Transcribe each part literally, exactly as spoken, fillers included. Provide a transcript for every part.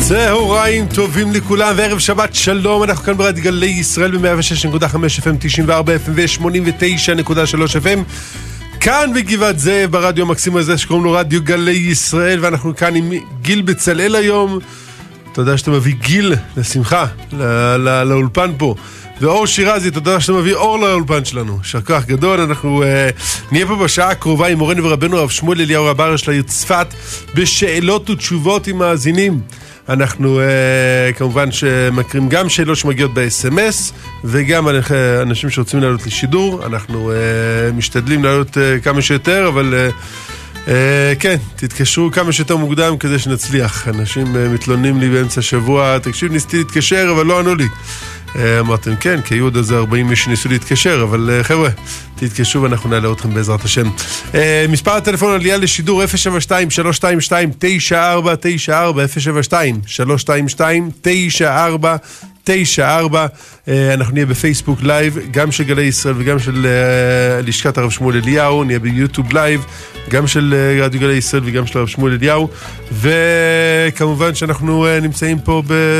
צהריים טובים לכולם וערב שבת שלום. אנחנו כאן ברדיו גלי ישראל ב-מאה ושש נקודה חמש אף אם, תשעים וארבע אף אם ו-שמונים ותשע נקודה שלוש אף אם, כאן בגבעת זאב ברדיו המקסים הזה שקוראים לו רדיו גלי ישראל, ואנחנו כאן עם גיל בצלאל היום. תודה שאתה מביא גיל לשמחה לא, לא, לאולפן פה, ואור שירזי, תודה שאתה מביא אור לאולפן שלנו, שכח גדול. אנחנו uh, נהיה פה בשעה הקרובה עם מורנו ורבנו הרב שמואל אליהו רב הראשי לעיר צפת בשאלות ותשובות עם מאזינים. אנחנו uh, כמובן שמקרים גם שאלות שמגיעות ב-אס אם אס וגם אנשים שרוצים לעלות לשידור. אנחנו uh, משתדלים לעלות uh, כמה שיותר, אבל uh, uh, כן, תתקשרו כמה שיותר מוקדם כדי שנצליח. אנשים uh, מתלוננים לי באמצע השבוע, תקשיב, ניסיתי להתקשר אבל לא ענו לי. אמרתם כן, כי היו עוד איזה ארבעים מי שניסו להתקשר, אבל חבר'ה, תתקשרו ואנחנו נעלה אתכם בעזרת השם. מספר הטלפון עלייה לשידור אפס שבע שתיים שלוש שתיים שתיים תשע ארבע תשע ארבע, אפס שבע שתיים שלוש שתיים שתיים תשע ארבע תשע ארבע. אנחנו נהיה בפייסבוק לייב, גם של גלי ישראל וגם של לשכת הרב שמואל אליהו. נהיה ביוטיוב לייב, גם של רדיו גלי ישראל וגם של הרב שמואל אליהו. וכמובן שאנחנו נמצאים פה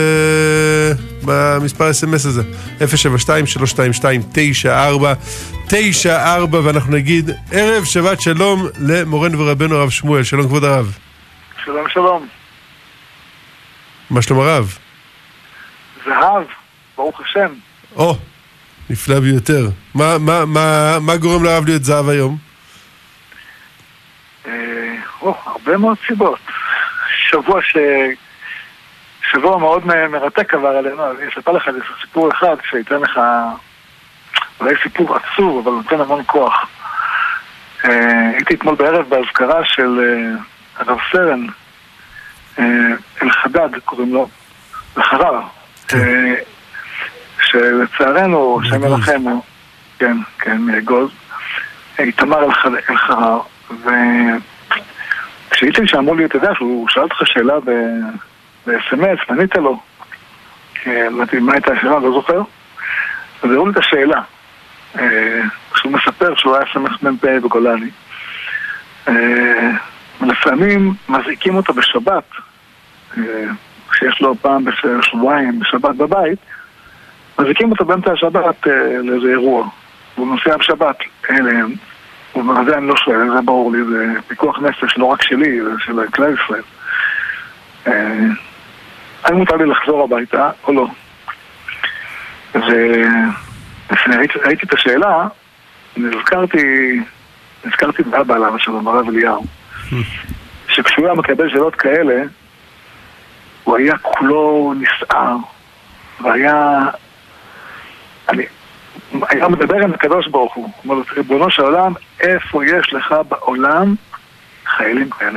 במספר אס אם אס הזה, אפס שבע שתיים שלוש שתיים שתיים תשע ארבע תשע ארבע. ואנחנו נגיד ערב שבת שלום למורנו ורבנו הרב שמואל. שלום כבוד הרב. שלום שלום. מה שלום הרב? זהב, ברוך השם. או, נפלא ביותר. מה, מה, מה, מה גורם לרב להיות זהב היום? אה, או, הרבה מאוד סיבות. שבוע ש... שבוע מאוד מרתק עבר עלינו. אני אספר לך איזה סיפור אחד שייתן לך אולי סיפור עצוב, אבל נותן המון כוח. אה, הייתי אתמול בערב בהזכרה של אה, הרב סרן, אה, אלחדד קוראים לו, לחרר. שלצערנו, שם מלחם הוא, כן, כן, גוז, איתמר אלחרר, וכשהייתי שאמרו לי, אתה יודע, שהוא שאל אותך שאלה ב-אס אם אס, פנית לו, אמרתי, מה הייתה השאלה? לא זוכר? אז הראו לי את השאלה, כשהוא מספר שהוא היה סמך מ"פ בגולני, ולפעמים מזעיקים אותו בשבת, שיש לו פעם בשבועיים, בשבת בבית, מזיקים אותו באמצע השבת אה, לאיזה אירוע. הוא נוסע בשבת אליהם, ובזה אני לא שואל, זה ברור לי, זה פיקוח נפש לא רק שלי, זה של כלל ישראל. אה, אני מותר לי לחזור הביתה, או לא. וראיתי את השאלה, נזכרתי, נזכרתי באבא עליו של הרב אליהו, שכשהוא היה מקבל שאלות כאלה, הוא היה כולו נסער, והיה... אני... היה מדבר עם הקדוש ברוך הוא, אומר לו, ריבונו של עולם, איפה יש לך בעולם חיילים כאלה?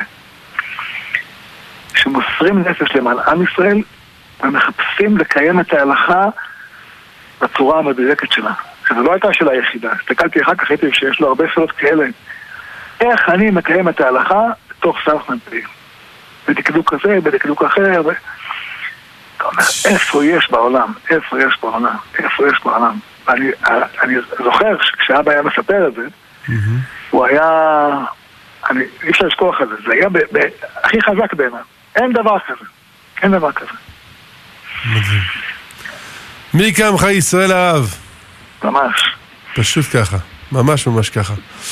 שמוסרים נפש למען עם ישראל, ומחפשים לקיים את ההלכה בצורה המדויקת שלה. שזו לא הייתה השאלה היחידה. הסתכלתי אחר כך, הייתי שיש לו הרבה שאלות כאלה. איך אני מקיים את ההלכה בתוך סמך מ"פ? בדקדוק כזה, בדקדוק אחר, ו... אתה אומר, איפה יש בעולם? איפה יש בעולם? איפה יש בעולם? אני, אני זוכר שכשאבא היה מספר את זה, mm-hmm. הוא היה... אני, אי אפשר לשכוח את זה. זה היה ב, ב, הכי חזק בעיניו. אין דבר כזה. אין דבר כזה. מדהים. מי קמך ישראל הרב? ממש. פשוט ככה. ממש ממש ככה.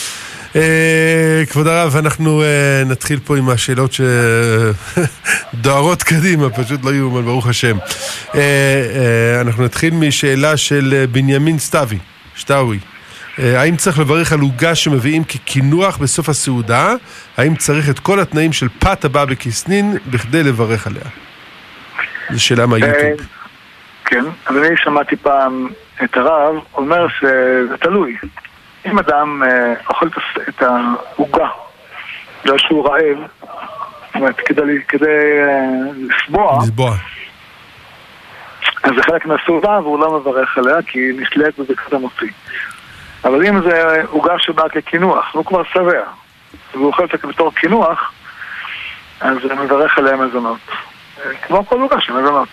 כבוד הרב, אנחנו נתחיל פה עם השאלות שדוארות קדימה, פשוט לא יאומן, ברוך השם. אנחנו נתחיל משאלה של בנימין סתיוי, שטאוי. האם צריך לברך על עוגה שמביאים כקינוח בסוף הסעודה? האם צריך את כל התנאים של פת הבא בכסנין בכדי לברך עליה? זו שאלה מהיוטיוב. כן, אבל אני שמעתי פעם את הרב, אומר שזה תלוי. אם אדם אה, אוכל את העוגה בגלל שהוא רעב, זאת אומרת, כדי, כדי אה, לסבוע, לסבוע. אז זה חלק מהסעודה והוא לא מברך עליה כי היא נשלט בברכת המוציא. אבל אם זה עוגה שבא כקינוח, הוא כבר שבע, והוא אוכל את זה בתור קינוח, אז הוא מברך עליה מזונות. כמו כל עוגה של מזונות.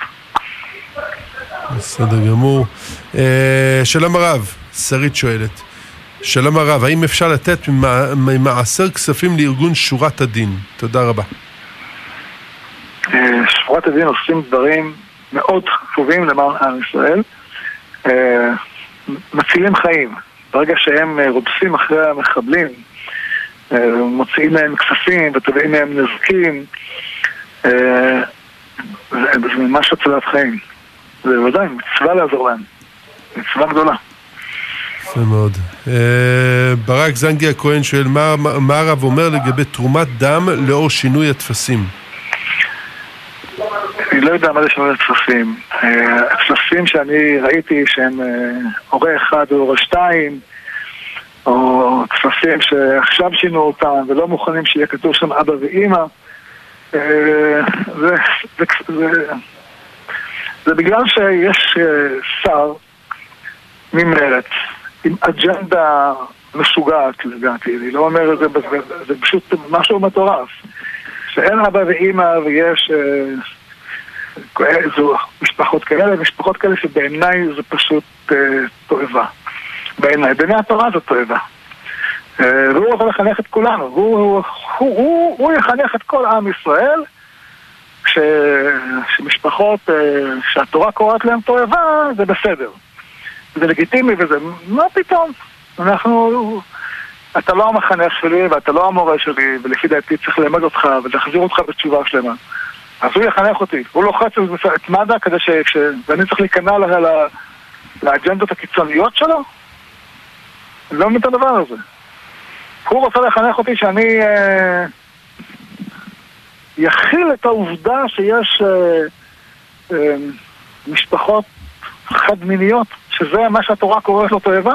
בסדר גמור. אה, שלום הרב, שרית שואלת. שלום הרב, האם אפשר לתת ממעשר כספים לארגון שורת הדין? תודה רבה. שורת תורת הדין עושים דברים מאוד חשובים למען עם ישראל, מצילים חיים. ברגע שהם רודפים אחרי המחבלים, מוציאים מהם כספים ותובעים מהם נזקים, זה ממש הצלת חיים. זה ודאי, מצווה לעזור להם. מצווה גדולה. יפה מאוד. ברק זנגי הכהן שואל, מה הרב אומר לגבי תרומת דם לאור שינוי התפסים? אני לא יודע מה זה שינוי התפסים. התפסים שאני ראיתי שהם הורה אחד או הורה שתיים, או תפסים שעכשיו שינו אותם ולא מוכנים שיהיה כתוב שם אבא ואמא, זה, זה, זה, זה בגלל שיש שר ממרץ עם אג'נדה משוגעת לדעתי, אני לא אומר את זה, זה פשוט משהו מטורף, שאין אבא ואמא ויש זו משפחות כאלה, משפחות כאלה שבעיניי זה פשוט תועבה. בעיניי, בעיני התורה זו תועבה. והוא רוצה לחנך את כולנו, הוא, הוא, הוא, הוא, הוא יחנך את כל עם ישראל, ש, שמשפחות שהתורה קוראת להם תועבה, זה בסדר. זה לגיטימי וזה, מה פתאום? אנחנו, אתה לא המחנך שלי ואתה לא המורה שלי, ולפי דעתי צריך ללמד אותך ולהחזיר אותך בתשובה שלמה. אז הוא יחנך אותי, הוא לוחץ את מד"א כדי ש... ש... ואני צריך להיכנע לה... לה... לאג'נדות הקיצוניות שלו? אני לא מבין את הדבר הזה. הוא רוצה לחנך אותי שאני אה... יכיל את העובדה שיש אה... אה... משפחות חד מיניות, שזה מה שהתורה קוראת לו תועבה?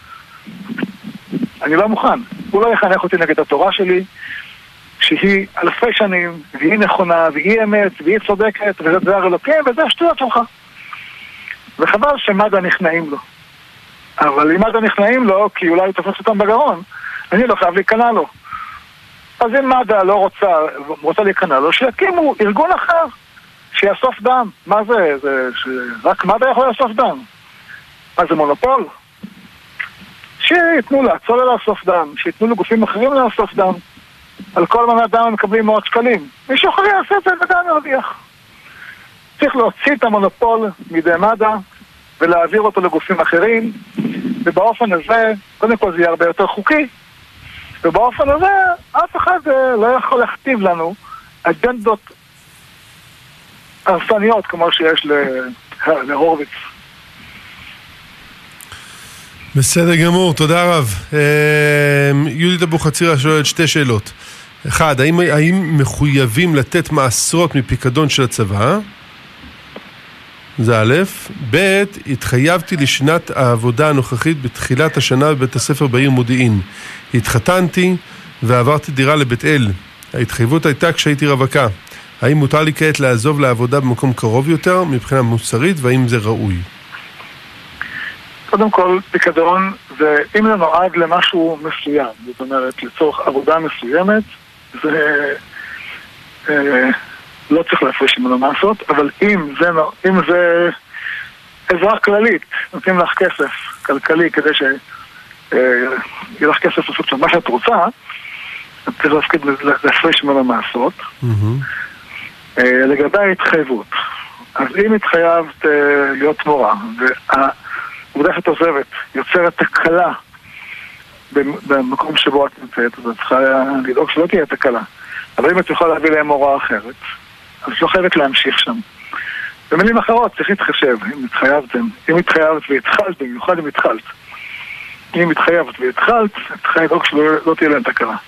אני לא מוכן. הוא לא יחנך אותי נגד התורה שלי, שהיא אלפי שנים, והיא נכונה, והיא אמת, והיא צודקת, וזה דבר אלוקים, וזה השטויות שלך. וחבל שמד"א נכנעים לו. אבל אם מד"א נכנעים לו, כי אולי הוא תופס אותם בגרון, אני לא חייב להיכנע לו. אז אם מד"א לא רוצה, רוצה להיכנע לו, שיקימו ארגון אחר, שיאסוף דם. מה זה? זה רק מד"א יכול לאסוף דם. מה זה מונופול? שיתנו להצולה לאסוף דם, שיתנו לגופים אחרים לאסוף דם. על כל מנת דם הם מקבלים מאות שקלים. מישהו אחר יעשה את זה וגם ירוויח. צריך להוציא את המונופול מידי מד"א ולהעביר אותו לגופים אחרים, ובאופן הזה, קודם כל זה יהיה הרבה יותר חוקי, ובאופן הזה אף אחד לא יכול להכתיב לנו אג'נדות הרסניות כמו שיש להורוביץ. בסדר גמור, תודה רב. יהודית אבוחצירא שואלת שתי שאלות. אחד, האם, האם מחויבים לתת מעשרות מפיקדון של הצבא? זה א', ב', התחייבתי לשנת העבודה הנוכחית בתחילת השנה בבית הספר בעיר מודיעין. התחתנתי ועברתי דירה לבית אל. ההתחייבות הייתה כשהייתי רווקה. האם מותר לי כעת לעזוב לעבודה במקום קרוב יותר מבחינה מוסרית, והאם זה ראוי? קודם כל, פיקדון, ואם זה נועד למשהו מסוים, זאת אומרת, לצורך עבודה מסוימת, זה אה, לא צריך להפריש ממנו מעשות, אבל אם זה, אם זה עזרה כללית, נותנים לך כסף כלכלי כדי שיהיה אה, לך כסף לעשות שם מה שאת רוצה, את צריך להפקיד להפריש ממנו מעשות. Mm-hmm. אה, לגבי ההתחייבות, אז אם התחייבת אה, להיות מורה, וה... עובדה שאת עוזבת, יוצרת תקלה במקום שבו את נמצאת, אז את צריכה לדאוג שלא תהיה תקלה. אבל אם את יכולה להביא להם הוראה אחרת, אז לא חייבת להמשיך שם. במילים אחרות, צריך להתחשב, אם התחייבתם, אם התחייבת והתחלת, במיוחד אם התחלת. אם התחייבת והתחלת, את צריכה לדאוג שלא לא תהיה להם תקלה.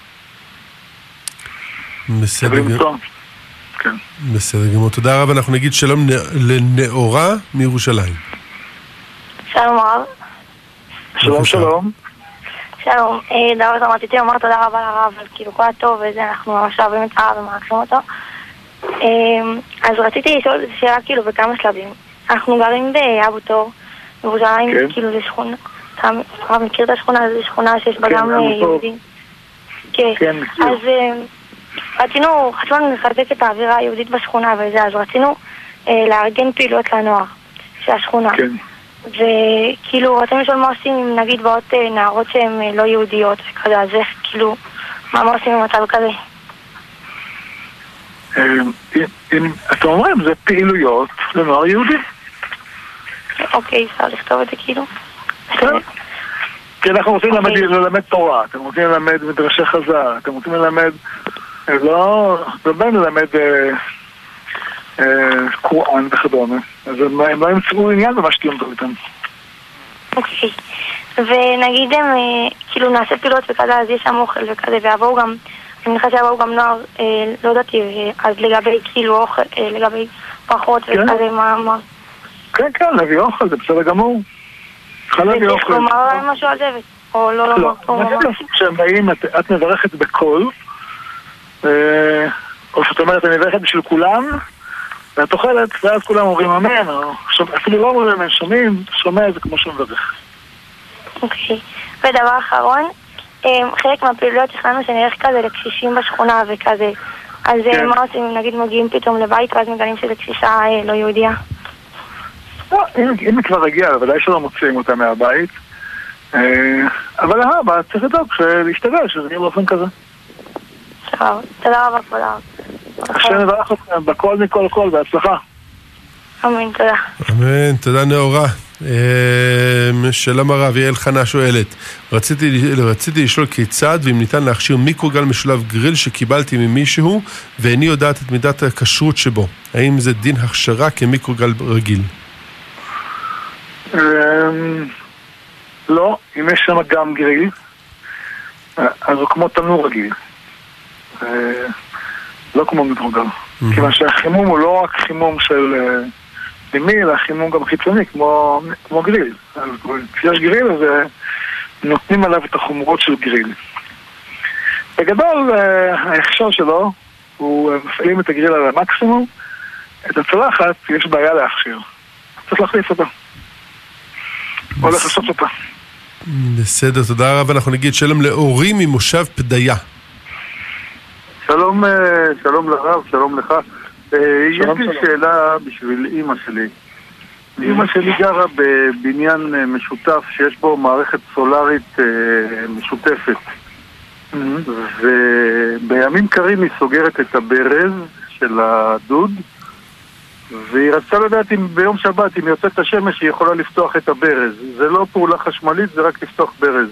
בסדר גמור. כן. בסדר גמור. תודה רב, אנחנו נגיד שלום לנאורה מירושלים. שלום רב. שלום שלום. שלום, דבר ראשון רציתי לומר תודה רבה לרב על כאילו כל הטוב וזה, אנחנו ממש אוהבים את הרב ומעריכים אותו. אז רציתי לשאול שאלה כאילו בכמה שלבים. אנחנו גרים באבו תור, בירושלים, כאילו זה שכונה, אתה מכיר את השכונה, זו שכונה שיש בה גם יהודים. כן, אז רצינו, חשוב לנו לחזק את האווירה היהודית בשכונה וזה, אז רצינו לארגן פעילות לנוער של השכונה. כן. וכאילו, רצינו לשאול מה עושים אם נגיד באות נערות שהן לא יהודיות וכזה, אז איך, כאילו, מה מה עושים במצב כזה? אם אתם אומרים, זה פעילויות לנוער יהודי. אוקיי, אפשר לכתוב את זה כאילו. כן. כי אנחנו רוצים ללמד תורה, אתם רוצים ללמד מדרשי חז"ל, אתם רוצים ללמד, לא, לא באים ללמד קוראן וכדומה, אז הם לא ימצאו עניין במה שתלמדו איתם. אוקיי, ונגיד הם, כאילו נעשה פעילות וכזה, אז יש שם אוכל וכזה, ועברו גם, אני מניחה שעברו גם נוער, לא יודעתי, אז לגבי כאילו אוכל, לגבי פחות וכזה, מה... כן, כן, להביא אוכל, זה בסדר גמור. וצריך לומר להם משהו על זה, או לא לומר? לא, כשהם באים, את מברכת בקול, או שאת אומרת, אני מברכת בשביל כולם, ואת אוכלת, ואז כולם אומרים אמן, או אפילו לא אומרים אמן, שומעים, שומע זה כמו שמברך. אוקיי, ודבר אחרון, חלק מהפעילויות שלנו שנלך כזה לקשישים בשכונה וכזה, אז מה עושים אם נגיד מגיעים פתאום לבית, ואז מגלים שזה קשישה לא יהודיה? אם היא כבר הגיעה, ודאי שלא מוצאים אותה מהבית, אבל להבא צריך לדאוג להשתגע שזה יהיה באופן כזה. תודה רבה, תודה רבה. השם יברך אתכם בכל מכל כל, בהצלחה. אמן, תודה. אמן, תודה נאורה. שלום הרב, יעל חנה שואלת, רציתי, רציתי לשאול כיצד ואם ניתן להכשיר מיקרוגל משולב גריל שקיבלתי ממישהו ואיני יודעת את מידת הכשרות שבו. האם זה דין הכשרה כמיקרוגל רגיל? לא, אם יש שם גם גריל, אז הוא כמו תנור רגיל, לא כמו מיקרוגל, כיוון שהחימום הוא לא רק חימום של פנימי, אלא חימום גם חיצוני, כמו גריל. כשיש גריל, אז נותנים עליו את החומרות של גריל. בגדול, ההכשר שלו, הוא מפעילים את הגריל על המקסימום, את הצלחת יש בעיה להכשיר. צריך להחליף אותה. או לחסות אותה. בסדר, תודה רבה. אנחנו נגיד שלום לאורי ממושב פדיה. שלום, שלום לרב, שלום לך. יש לי שאלה בשביל אמא שלי. אמא שלי גרה בבניין משותף שיש בו מערכת סולארית משותפת. ובימים קרים היא סוגרת את הברז של הדוד, והיא רצתה לדעת אם ביום שבת, אם יוצאת השמש, היא יכולה לפתוח את הברז. זה לא פעולה חשמלית, זה רק לפתוח ברז.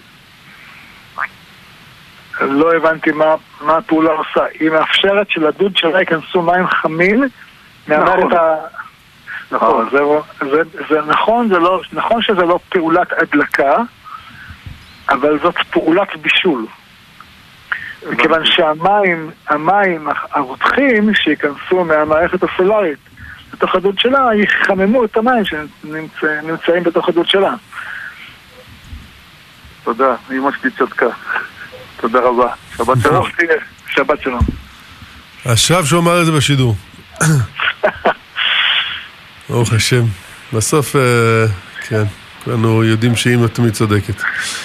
לא הבנתי מה, מה הפעולה עושה. היא מאפשרת שלדוד שלה ייכנסו מים חמים מהמערכת ה... נכון, זה, זה, זה נכון, זה לא, נכון שזה לא פעולת הדלקה, אבל זאת פעולת בישול. מכיוון שהמים, המים הרותחים שיכנסו מהמערכת הסולארית בתוך הדוד שלה, יחממו את המים שנמצאים בתוך הדוד שלה. תודה, אמא שלי צדקה. תודה רבה. שבת שלום. שבת שלום. השרב שהוא אמר את זה בשידור. ברוך השם. בסוף, כן, כולנו יודעים שאמא תמיד צודקת.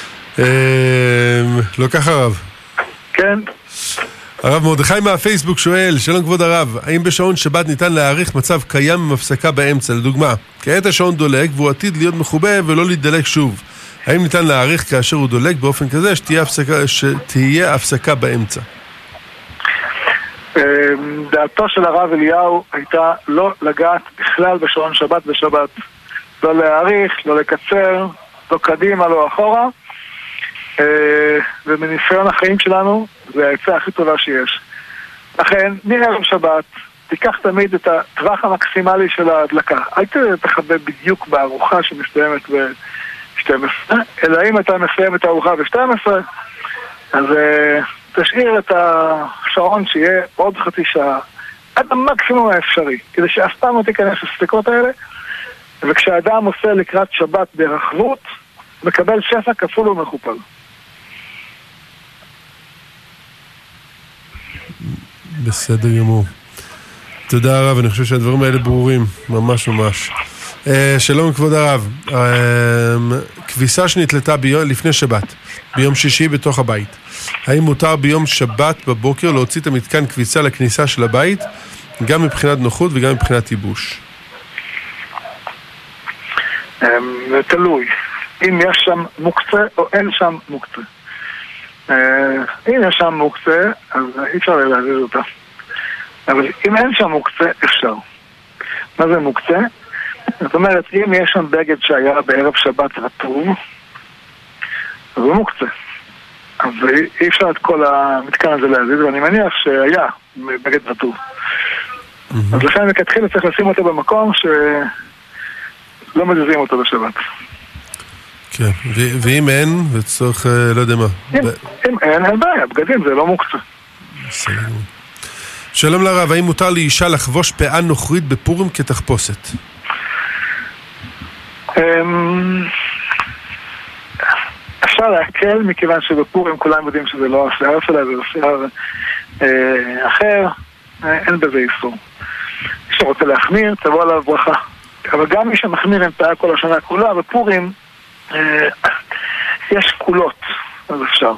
לא ככה הרב. כן. הרב מרדכי מהפייסבוק שואל, שלום כבוד הרב, האם בשעון שבת ניתן להאריך מצב קיים עם הפסקה באמצע? לדוגמה, כעת השעון דולק והוא עתיד להיות מחובה ולא להידלק שוב. האם ניתן להאריך כאשר הוא דולק באופן כזה שתהיה הפסקה, שתהיה הפסקה באמצע? דעתו של הרב אליהו הייתה לא לגעת בכלל בשעון שבת בשבת. לא להאריך, לא לקצר, לא קדימה, לא אחורה. ומניסיון החיים שלנו זה העצה הכי טובה שיש. לכן, מערב שבת, תיקח תמיד את הטווח המקסימלי של ההדלקה. אל תחבא בדיוק בארוחה שמסתיימת ב-שתים עשרה, אלא אם אתה מסיים את הארוחה ב-שתים עשרה, אז תשאיר את השעון שיהיה עוד חצי שעה, עד המקסימום האפשרי, כדי שאף פעם לא תיכנס לספקות האלה, וכשאדם עושה לקראת שבת ברחבות, מקבל שפע כפול ומכופל. בסדר גמור. תודה הרב, אני חושב שהדברים האלה ברורים, ממש ממש. אה, שלום כבוד הרב, אה, כביסה שנתלתה ביום, לפני שבת, ביום שישי בתוך הבית. האם מותר ביום שבת בבוקר להוציא את המתקן כביסה לכניסה של הבית, גם מבחינת נוחות וגם מבחינת ייבוש? זה תלוי. אם יש שם מוקצה או אין שם מוקצה. אם יש שם מוקצה, אז אי אפשר להזיז אותה. אבל אם אין שם מוקצה, אפשר. מה זה מוקצה? זאת אומרת, אם יש שם בגד שהיה בערב שבת רטוב, אז הוא מוקצה. אז אי אפשר את כל המתקן הזה להזיז, ואני מניח שהיה בגד רטוב. Mm-hmm. אז לכן מכתחילה צריך לשים אותו במקום שלא מזיזים אותו בשבת. כן, ו- ואם אין, וצריך, לא יודע מה. אם, ב- אם אין, אין בעיה, בגדים זה לא מוקצה. בסדר. שלום לרב, האם מותר לאישה לחבוש פאה נוכרית בפורים כתחפושת? אפשר להקל, מכיוון שבפורים כולם יודעים שזה לא השיער שלה, זה שיער אה, אחר, אה, אין בזה איסור. מי שרוצה להחמיר, תבוא עליו ברכה. אבל גם מי שמחמיר עם פאה כל השנה כולה, בפורים אה, יש קולות, אז אפשר.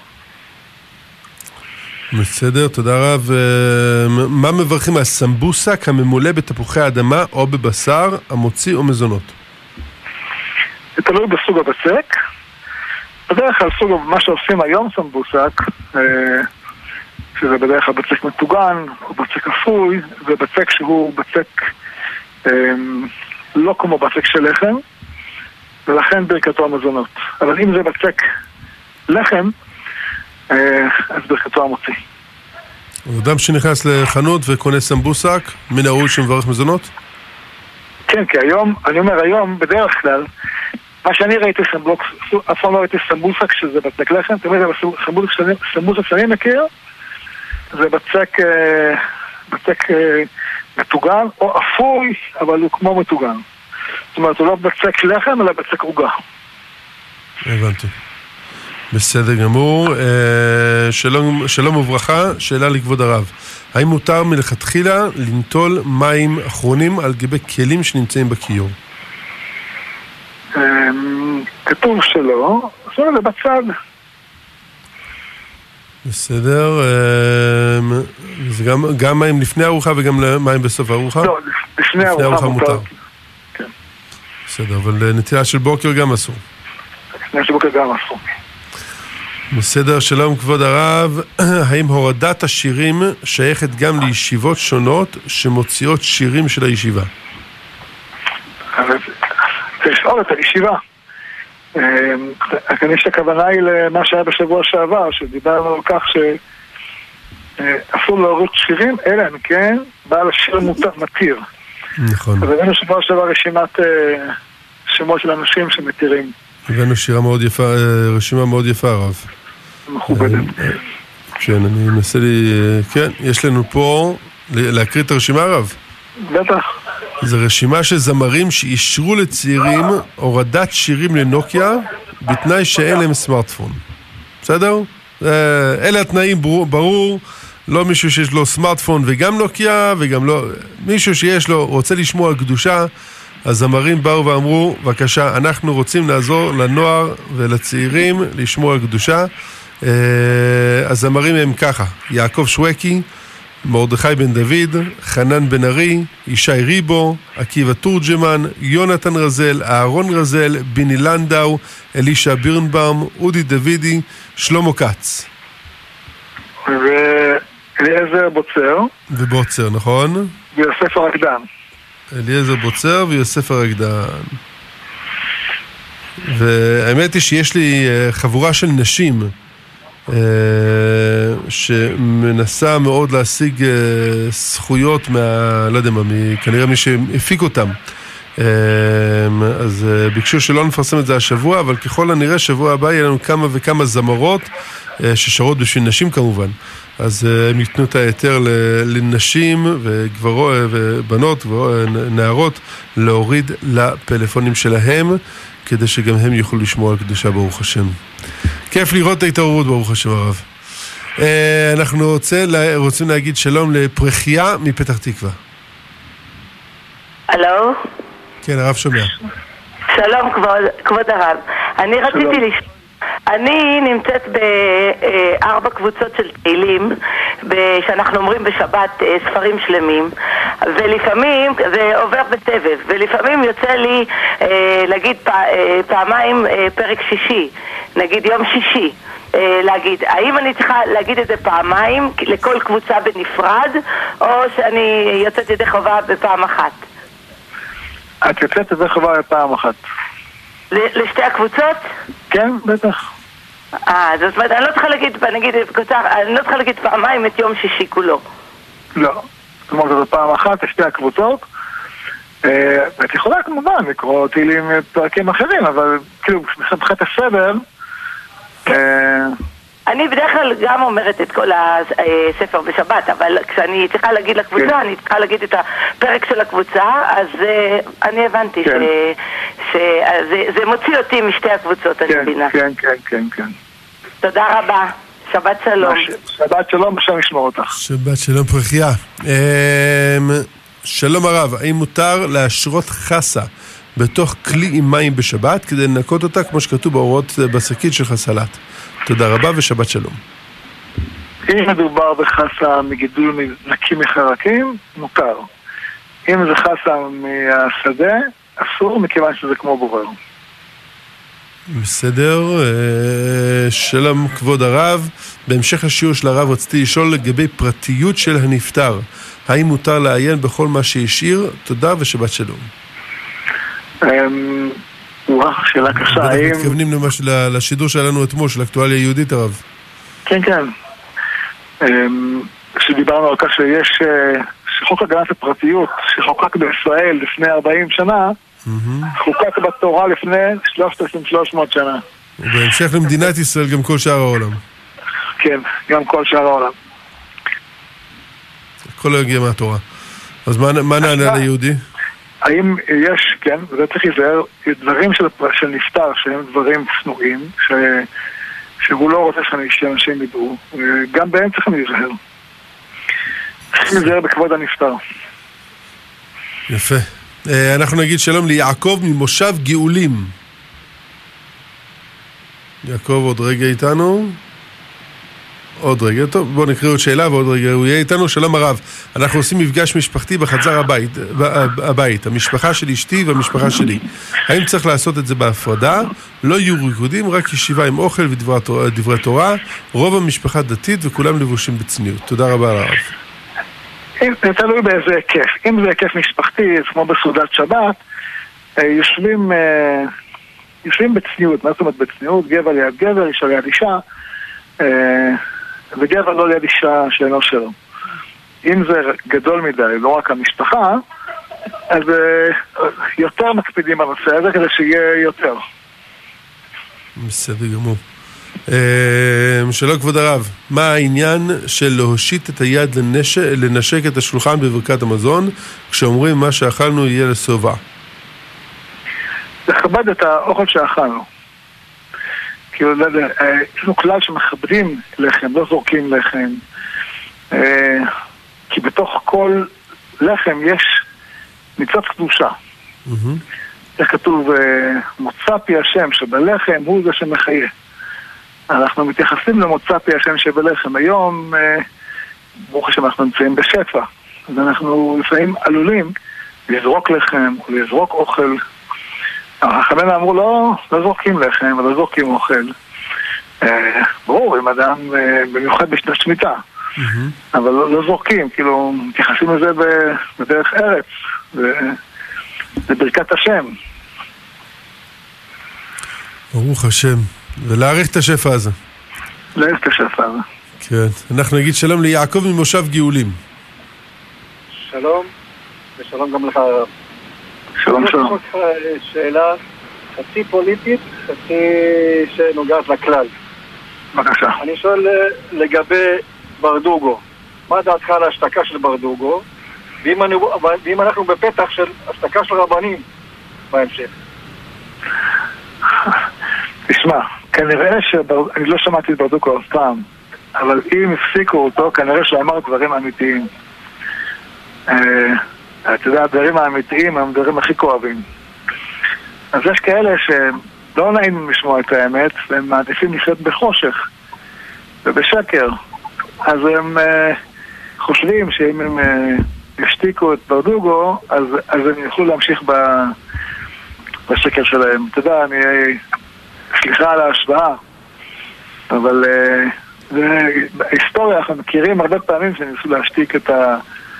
בסדר, תודה רב. מה מברכים על סמבוסק הממולא בתפוחי האדמה או בבשר, המוציא או מזונות? זה תלוי בסוג הבצק. בדרך כלל סוג מה שעושים היום סמבוסק, שזה בדרך כלל בצק מטוגן או בצק אפוי, זה בצק שהוא בצק לא כמו בצק של לחם, ולכן ברכתו המזונות. אבל אם זה בצק לחם, אז ברכתו המוציא. אדם שנכנס לחנות וקונה סמבוסק, מן הראוי שמברך מזונות? כן, כי היום, אני אומר היום, בדרך כלל, מה שאני ראיתי סמבוסק, אף פעם לא ראיתי סמבוסק שזה בצק לחם, תמיד סמבוסק שאני מכיר, זה בצק, בצק מטוגן או אפוי, אבל הוא כמו מטוגן. זאת אומרת, הוא לא בצק לחם, אלא בצק עוגה. הבנתי. בסדר גמור. שלום, שלום וברכה, שאלה לכבוד הרב. האם מותר מלכתחילה לנטול מים אחרונים על גבי כלים שנמצאים בכיור? כתוב שלא, עכשיו זה בצד. בסדר. זה גם, גם מים לפני הארוחה וגם מים בסוף הארוחה? לא, לפני הארוחה מותר. כן. בסדר, אבל נטילה של בוקר גם אסור. נטילה של בוקר גם אסור. בסדר, שלום כבוד הרב, האם הורדת השירים שייכת גם לישיבות שונות שמוציאות שירים של הישיבה? צריך לשאול את הישיבה. כנראה שהכוונה היא למה שהיה בשבוע שעבר, שדיברנו על כך שאסור להוריד שירים, אלא אם כן בעל השיר מתיר. נכון. אז הבאנו שבוע שעבר רשימת שמות של אנשים שמתירים. הבאנו שירה מאוד יפה, רשימה מאוד יפה הרב. מכובדת. כן, אני אנסה לי... כן, יש לנו פה להקריא את הרשימה הרב. בטח. זו רשימה של זמרים שאישרו לצעירים הורדת שירים לנוקיה בתנאי שאין להם סמארטפון. בסדר? אלה התנאים ברור, לא מישהו שיש לו סמארטפון וגם נוקיה וגם לא... מישהו שיש לו, רוצה לשמוע על קדושה, הזמרים באו ואמרו, בבקשה, אנחנו רוצים לעזור לנוער ולצעירים לשמוע על קדושה. הזמרים הם ככה, יעקב שווקי, מרדכי בן דוד, חנן בן ארי, ישי ריבו, עקיבא תורג'מן, יונתן רזל, אהרון רזל, ביני לנדאו, אלישע בירנבאום, אודי דוידי, שלמה כץ. ואליעזר בוצר. ובוצר, נכון? ויוסף הרקדן. אליעזר בוצר ויוסף הרקדן. והאמת היא שיש לי חבורה של נשים שמנסה מאוד להשיג זכויות מה, לא יודע מה, כנראה מי שהפיק אותם. אז ביקשו שלא נפרסם את זה השבוע, אבל ככל הנראה שבוע הבא יהיה לנו כמה וכמה זמרות ששרות בשביל נשים כמובן. אז הם ייתנו את היתר לנשים וגברות ובנות ונערות להוריד לפלאפונים שלהם, כדי שגם הם יוכלו לשמוע על קדושה ברוך השם. כיף לראות את ההתעוררות ברוך השם הרב. אנחנו רוצה, רוצים להגיד שלום לפרחיה מפתח תקווה. הלו? כן, הרב שומע. שלום כבוד, כבוד הרב. אני רציתי לשאול, אני נמצאת בארבע קבוצות של תהילים שאנחנו אומרים בשבת ספרים שלמים, ולפעמים זה עובר בסבב, ולפעמים יוצא לי להגיד פעמיים פרק שישי, נגיד יום שישי, להגיד, האם אני צריכה להגיד את זה פעמיים לכל קבוצה בנפרד, או שאני יוצאת ידי חובה בפעם אחת? את יוצאת ידי חובה בפעם אחת. לשתי הקבוצות? כן, בטח. אה, זאת אומרת, אני לא צריכה להגיד, נגיד, אני לא צריכה להגיד פעמיים את יום שישי כולו. לא. זאת אומרת, זו פעם אחת לשתי הקבוצות. את יכולה כמובן לקרוא תהילים פרקים אחרים, אבל כאילו, מבחינת הסדר, אני בדרך כלל גם אומרת את כל הספר בשבת, אבל כשאני צריכה להגיד לקבוצה, אני צריכה להגיד את הפרק של הקבוצה, אז אני הבנתי שזה מוציא אותי משתי הקבוצות, אני מבינה. כן, כן, כן, כן. תודה רבה. שבת שלום. שבת שלום, השם ישמור אותך. שבת שלום פרחיה. שלום הרב, האם מותר להשרות חסה בתוך כלי עם מים בשבת כדי לנקות אותה כמו שכתוב בהוראות בשקית של חסלת? תודה רבה ושבת שלום. אם מדובר בחסה מגידול נקי מחרקים, מותר. אם זה חסה מהשדה, אסור, מכיוון שזה כמו בורר. בסדר. שלום כבוד הרב, בהמשך השיעור של הרב רציתי לשאול לגבי פרטיות של הנפטר. האם מותר לעיין בכל מה שהשאיר? תודה ושבת שלום. וואו, שאלה קשה. אנחנו מתכוונים לשידור שלנו אתמול, של אקטואליה יהודית הרב. כן, כן. שדיברנו על כך שיש שחוק הגנת הפרטיות שחוקק בישראל לפני ארבעים שנה, חוקק בתורה לפני שלושת אלפים ושלוש מאות שנה. ובהמשך למדינת ישראל גם כל שאר העולם. כן, גם כל שאר העולם. הכל לא יגיע מהתורה. אז מה, מה נענה ליהודי? האם יש, כן, וזה צריך להיזהר, דברים של, של נפטר שהם דברים צנועים, ש, שהוא לא רוצה שאנשים ידעו, גם בהם צריכים להיזהר. צריכים להיזהר בכבוד הנפטר. יפה. אנחנו נגיד שלום ליעקב ממושב גאולים. יעקב עוד רגע איתנו. עוד רגע, טוב, בואו נקריא עוד שאלה ועוד רגע הוא יהיה איתנו. שלום הרב, אנחנו עושים מפגש משפחתי בחצר הבית, הבית, המשפחה של אשתי והמשפחה שלי. האם צריך לעשות את זה בהפרדה? לא יהיו ריקודים, רק ישיבה עם אוכל ודברי תורה, רוב המשפחה דתית וכולם לבושים בצניעות. תודה רבה הרב. זה תלוי באיזה היקף. אם זה היקף משפחתי, כמו בסעודת שבת, יושבים, יושבים בצניעות. מה זאת אומרת בצניעות? גבר ליד גבר, אישה ליד אישה, וגבר לא ליד אישה שאינו שלו. אם זה גדול מדי, לא רק המשפחה, אז יותר מקפידים בנושא הזה כדי שיהיה יותר. בסדר גמור. שלום כבוד הרב, מה העניין של להושיט את היד לנשק, לנשק את השולחן בברכת המזון כשאומרים מה שאכלנו יהיה לשובע? לכבד את האוכל שאכלנו. כאילו, יש לנו כלל שמכבדים לחם, לא זורקים לחם. כי בתוך כל לחם יש ניצוץ קדושה. איך כתוב, מוצא פי השם שבלחם הוא זה שמחיה. אנחנו מתייחסים למוצא פי השם שבלחם. היום, ברוך השם, אנחנו נמצאים בשפע. אז אנחנו לפעמים עלולים לזרוק לחם, או לזרוק אוכל. החכמים אמרו, לא, לא זורקים לחם, ולא זורקים אוכל. ברור, אם אדם במיוחד בשנת שמיטה. אבל לא זורקים, כאילו, מתייחסים לזה בדרך ארץ, בברכת השם. ברוך השם. ולהעריך את השפע הזה. להעריך את השפע הזה. כן. אנחנו נגיד שלום ליעקב ממושב גאולים. שלום, ושלום גם לך הרב. שלום שלום. שאלה חצי פוליטית, חצי שנוגעת לכלל. בבקשה. אני שואל לגבי ברדוגו. מה דעתך על ההשתקה של ברדוגו? ואם, אני, ואם אנחנו בפתח של השתקה של רבנים בהמשך? תשמע, כנראה שבר... אני לא שמעתי את ברדוגו אף פעם, אבל אם הפסיקו אותו, כנראה שהוא אמר דברים אמיתיים. אה, אתה יודע, הדברים האמיתיים הם הדברים הכי כואבים. אז יש כאלה שלא נעים לשמוע את האמת, והם מעדיפים לחיות בחושך ובשקר. אז הם אה, חושבים שאם הם אה, ישתיקו את ברדוגו, אז, אז הם יוכלו להמשיך ב... בשקר שלהם. אתה יודע, אני סליחה על ההשוואה, אבל בהיסטוריה אנחנו מכירים הרבה פעמים שניסו להשתיק את ה...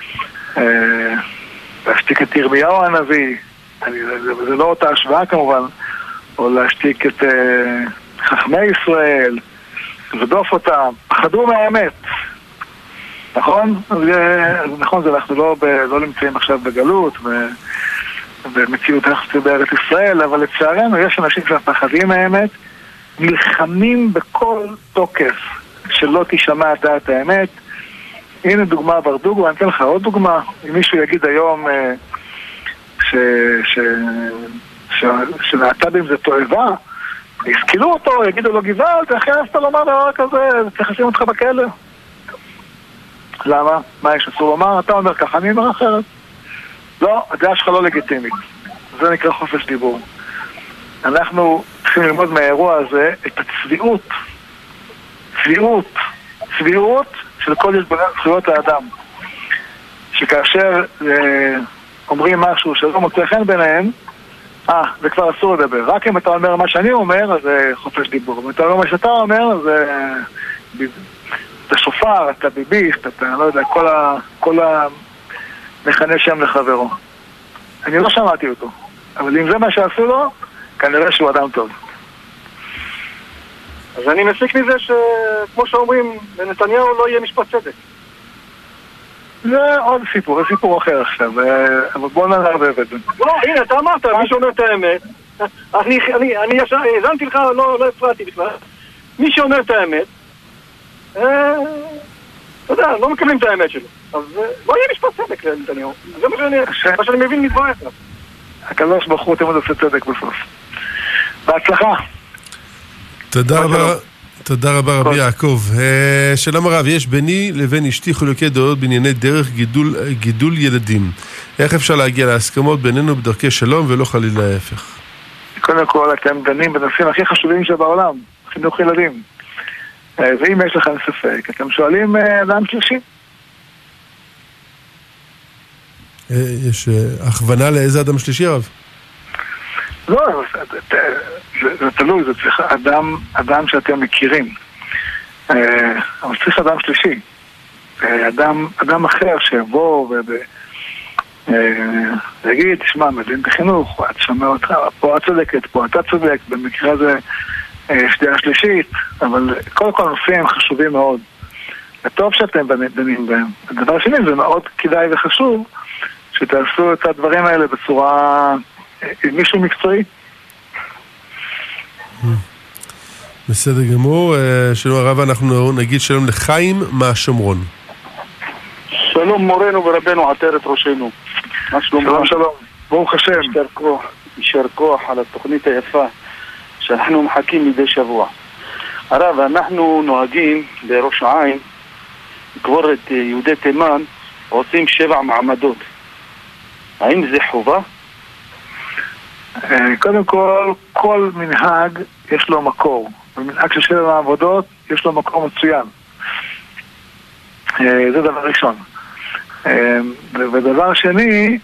להשתיק את ירמיהו הנביא, זה לא אותה השוואה כמובן, או להשתיק את חכמי ישראל, לדוף אותם, פחדו מהאמת. נכון? נכון, זה אנחנו לא, לא נמצאים עכשיו בגלות ובמציאות יחסית בארץ ישראל, אבל לצערנו יש אנשים שפחדים מהאמת, נלחמים בכל תוקף שלא תשמע את דעת האמת. הנה דוגמה ברדוגו, אני אתן לך עוד דוגמה. אם מישהו יגיד היום ש... ש... ש... שלהט"בים זה תועבה, יסכילו אותו, יגידו לו גבעת, אחרי אסת לומר דבר כזה, צריך לשים אותך בכלא. למה? מה יש אסור לומר? אתה אומר ככה, אני אומר אחרת. לא, הדעה שלך לא לגיטימית. זה נקרא חופש דיבור. אנחנו צריכים ללמוד מהאירוע הזה את הצביעות. צביעות. צביעות של כל ארגוני זכויות האדם. שכאשר אה, אומרים משהו שלא מוצא חן ביניהם, אה, זה כבר אסור לדבר. רק אם אתה אומר מה שאני אומר, אז זה חופש דיבור. אם אתה אומר מה שאתה אומר, אז זה... אתה שופר, אתה ביביסט, אתה לא יודע, כל ה... כל ה... מכנה שם לחברו. אני לא שמעתי אותו. אבל אם זה מה שעשו לו, כנראה שהוא אדם טוב. אז אני מסיק מזה שכמו שאומרים, לנתניהו לא יהיה משפט צדק. זה עוד סיפור, זה סיפור אחר עכשיו, אבל בואו נערבב את זה. לא, הנה, אתה אמרת, מי שאומר את האמת, אני, אני, אני האזנתי לך, לא, לא הפרעתי בכלל. מי שאומר את האמת, אתה יודע, לא מקבלים את האמת שלו. אז לא יהיה משפט צדק לנתניהו. זה מה שאני מבין מדבריך. הקדוש ברוך הוא תמיד עושה צדק בסוף. בהצלחה. תודה רבה. תודה רבה רבי יעקב. שלום הרב, יש ביני לבין אשתי חילוקי דעות בענייני דרך גידול, גידול ילדים. איך אפשר להגיע להסכמות בינינו בדרכי שלום ולא חלילה ההפך? קודם כל אתם דנים בנושאים הכי חשובים שבעולם, חינוך ילדים. ואם יש לכם ספק, אתם שואלים אדם שלישי. יש הכוונה לאיזה אדם שלישי הרב? לא, זה תלוי, זה צריך אדם, אדם שאתם מכירים. אבל צריך אדם שלישי. אדם, אדם אחר שיבוא ויגיד, תשמע, מבין בחינוך, את שומע אותך, פה את צודקת, פה אתה צודק, במקרה הזה שדעה שלישית, אבל קודם כל נושאים חשובים מאוד. וטוב שאתם דנים בהם. הדבר שני, זה מאוד כדאי וחשוב שתעשו את הדברים האלה בצורה... מישהו מקצועי. בסדר גמור. שלום הרב, אנחנו נגיד שלום לחיים מהשומרון. שלום מורנו ורבנו עטרת ראשנו. שלום שלום. ברוך השם. יישר כוח על התוכנית היפה שאנחנו מחכים מדי שבוע. הרב, אנחנו נוהגים בראש העין לקבור את יהודי תימן, עושים שבע מעמדות. האם זה חובה? קודם כל, כל מנהג יש לו מקור. במנהג של שבע מעבודות יש לו מקור מצוין. זה דבר ראשון. ודבר שני,